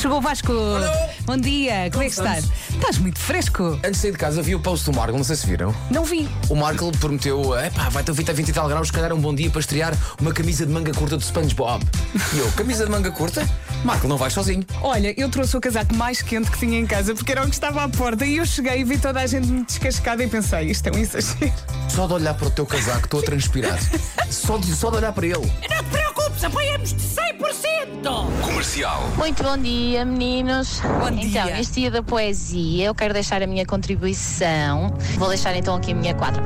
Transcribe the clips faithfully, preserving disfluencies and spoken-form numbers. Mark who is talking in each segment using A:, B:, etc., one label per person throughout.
A: Chegou o Vasco.
B: Olá.
A: Bom dia, como é que estás? Estás muito fresco.
B: Antes de sair de casa vi o post do Marco, não sei se viram.
A: Não vi.
B: O Marco prometeu, epá, vai ter vinte a vinte e tal graus, se calhar é um bom dia para estrear uma camisa de manga curta do SpongeBob. E eu, camisa de manga curta? Marco, não vais sozinho.
A: Olha, eu trouxe o casaco mais quente que tinha em casa porque era o que estava à porta e eu cheguei e vi toda a gente muito descascada e pensei, isto é um exagero.
B: Só de olhar para o teu casaco estou a transpirar. Só de, só de olhar para ele.
C: Não te preocupes, apoiamos-te cem por cento!
D: Comercial.
E: Muito bom dia, meninos.
A: Bom
E: Então,
A: dia.
E: neste dia da poesia, eu quero deixar a minha contribuição. Vou deixar então aqui a minha quadra.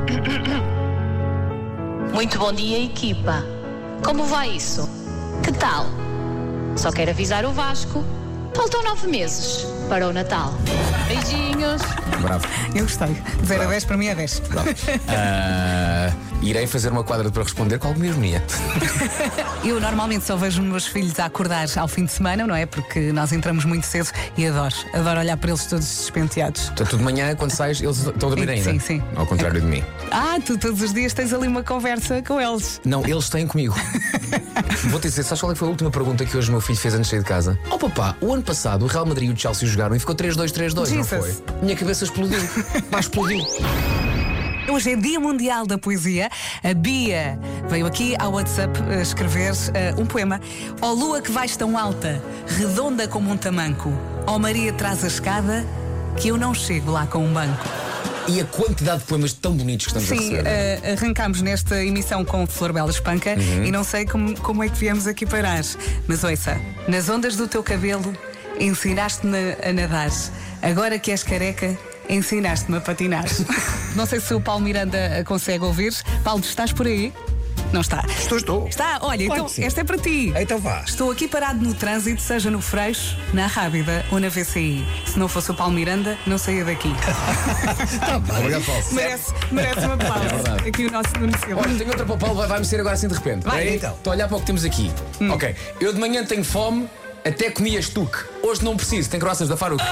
E: Muito bom dia, equipa. Como vai isso? Que tal? Só quero avisar o Vasco. Faltam nove meses para o Natal. Beijinhos.
B: Bravo.
A: Eu gostei. zero a dez para mim é dez.
B: Bravo. Ah, irei fazer uma quadra para responder com alguma ironia.
A: Eu normalmente só vejo os meus filhos a acordar ao fim de semana, não é? Porque nós entramos muito cedo e adoro. Adoro olhar para eles todos despenteados.
B: Portanto, de manhã, quando sais, eles estão a dormir
A: Sim,
B: ainda.
A: sim, sim.
B: Ao contrário de mim.
A: Ah, tu todos os dias tens ali uma conversa com eles.
B: Não, eles têm comigo. Vou-te dizer, sabes qual é que foi a última pergunta que hoje o meu filho fez antes de sair de casa? Oh papá, o ano passado o Real Madrid e o Chelsea jogaram e ficou três dois, três dois, não
A: Jesus.
B: foi? Minha cabeça explodiu. Pá, explodiu.
A: Hoje é Dia Mundial da Poesia. A Bia veio aqui ao WhatsApp uh, escrever uh, um poema. Ó lua que vais tão alta, redonda como um tamanco. Ó Maria traz a escada, que eu não chego lá com um banco.
B: E a quantidade de poemas tão bonitos que estamos a
A: Sim,
B: receber.
A: uh, arrancámos nesta emissão com Flor Bela Espanca
B: Uhum.
A: e não sei como, como é que viemos aqui parar. Mas ouça, nas ondas do teu cabelo ensinaste-me a nadar. Agora que és careca, ensinaste-me a patinar. Não sei se o Paulo Miranda consegue ouvir. Paulo, estás por aí? Não está.
F: Estou, estou.
A: Está, olha,
F: Claro
A: então
F: que sim.
A: esta é para ti.
F: Então vá.
A: Estou aqui parado no trânsito, seja no Freixo, na Rábida ou na V C I. Se não fosse o Paulo Miranda, não saía daqui.
B: Obrigado, Paulo.
A: merece, merece uma aplauso.
B: É verdade.
A: Aqui o nosso Nuno Silva.
B: Olha, tenho outra para o Paulo, vai- vai-me ser agora assim de repente.
A: Vai,
B: Espera aí,
F: então.
B: Estou a olhar para o que temos aqui. Ok, eu de manhã tenho fome, até comi a estuque. Hoje não preciso, tenho croissants da Faruque.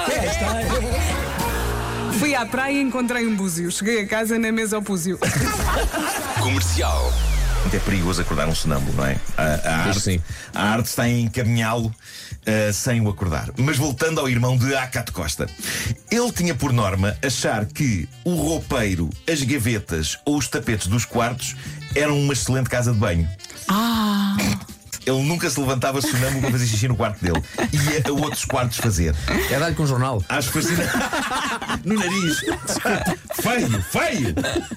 A: Fui à praia e encontrei um búzio. Cheguei a casa na mesa ao búzio.
D: Comercial.
F: É perigoso acordar um sonâmbulo, não é? A, a,
B: Pois
F: arte,
B: sim.
F: a arte está em encaminhá-lo uh, sem o acordar. Mas voltando ao irmão de Acato Costa, ele tinha por norma achar que o roupeiro, as gavetas ou os tapetes dos quartos eram uma excelente casa de banho.
A: Ah!
F: Ele nunca se levantava sonâmbulo para fazer xixi no quarto dele. Ia a outros quartos fazer.
B: É dar-lhe com um jornal.
F: Acho fascinante. No nariz. Feio, feio.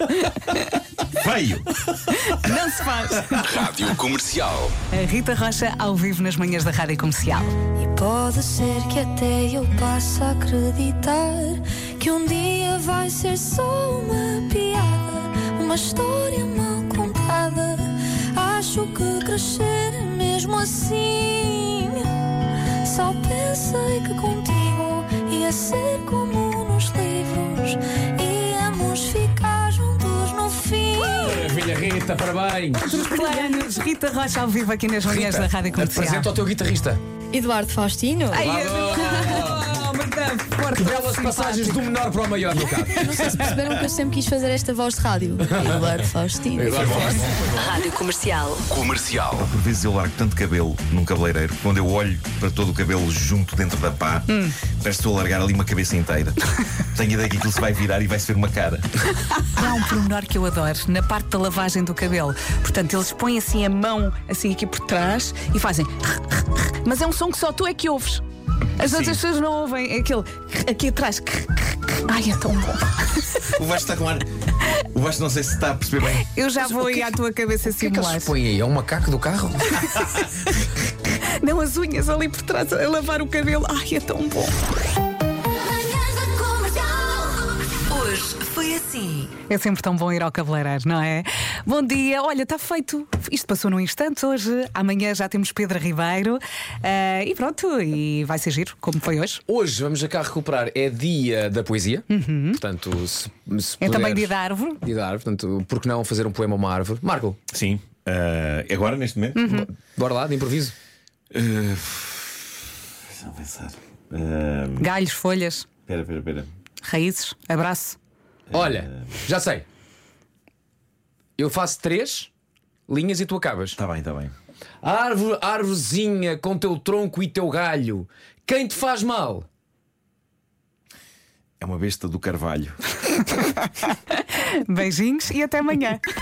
F: Feio.
A: Não se faz.
D: Rádio Comercial.
A: A Rita Rocha ao vivo nas manhãs da Rádio Comercial.
G: E pode ser que até eu passe a acreditar que um dia vai ser só uma piada, uma história mal contada. Acho que crescer é mesmo assim. Só pensei que contigo ia ser como nos livros, íamos ficar juntos no fim.
B: Maravilha, Rita, parabéns.
A: Planos, Rita Rocha ao vivo aqui nas manhãs da Rádio Comercial.
B: Apresenta o teu guitarrista.
G: Eduardo Faustino?
A: Ai, é oh, muito forte.
B: Que belas passagens do menor para o maior no carro.
G: Não sei se perceberam que eu sempre quis fazer esta voz de rádio. Eduardo Faustino.
H: Rádio Comercial.
D: Comercial.
F: Por vezes eu largo tanto cabelo num cabeleireiro, quando eu olho para todo o cabelo junto dentro da pá,
A: Hum.
F: parece que estou a largar ali uma cabeça inteira. Tenho a ideia que aquilo se vai virar e vai-se ver uma cara.
A: Há um pormenor que eu adoro na parte da lavagem do cabelo. Portanto, eles põem assim a mão assim aqui por trás e fazem. Mas é um som que só tu é que ouves. As
F: Sim.
A: outras pessoas não ouvem. É aquele aqui atrás. Ai, é tão bom.
F: O Vasco está com ar. O Vasco não sei se está a perceber bem.
A: Eu já vou aí à tua cabeça
B: O que é que
A: simular.
B: eles põem aí? É um macaco do carro?
A: Não, as unhas ali por trás a lavar o cabelo. Ai, é tão bom.
H: Hoje foi assim.
A: É sempre tão bom ir ao cabeleireiro, não é? Bom dia, olha, está feito. Isto passou num instante hoje. Amanhã já temos Pedro Ribeiro. Ah, e pronto, e vai ser giro, como foi hoje.
B: Hoje vamos a cá recuperar. É dia da poesia. Portanto, se, se
A: É também
B: puderes-
A: dia da árvore.
B: Dia da árvore. Portanto, por que não fazer um poema a uma árvore? Marco,
F: Sim. Uh, agora, neste momento?
A: Uhum.
B: bora lá, de improviso.
F: Uh, Deixa-me pensar. Uh,
A: Galhos, folhas,
F: Espera, espera, espera.
A: raízes, abraço.
B: Olha, já sei. Eu faço três linhas e tu acabas.
F: Está bem, está bem.
B: Árvore, árvorezinha com teu tronco e teu galho, quem te faz mal?
F: É uma besta do carvalho.
A: Beijinhos e até amanhã.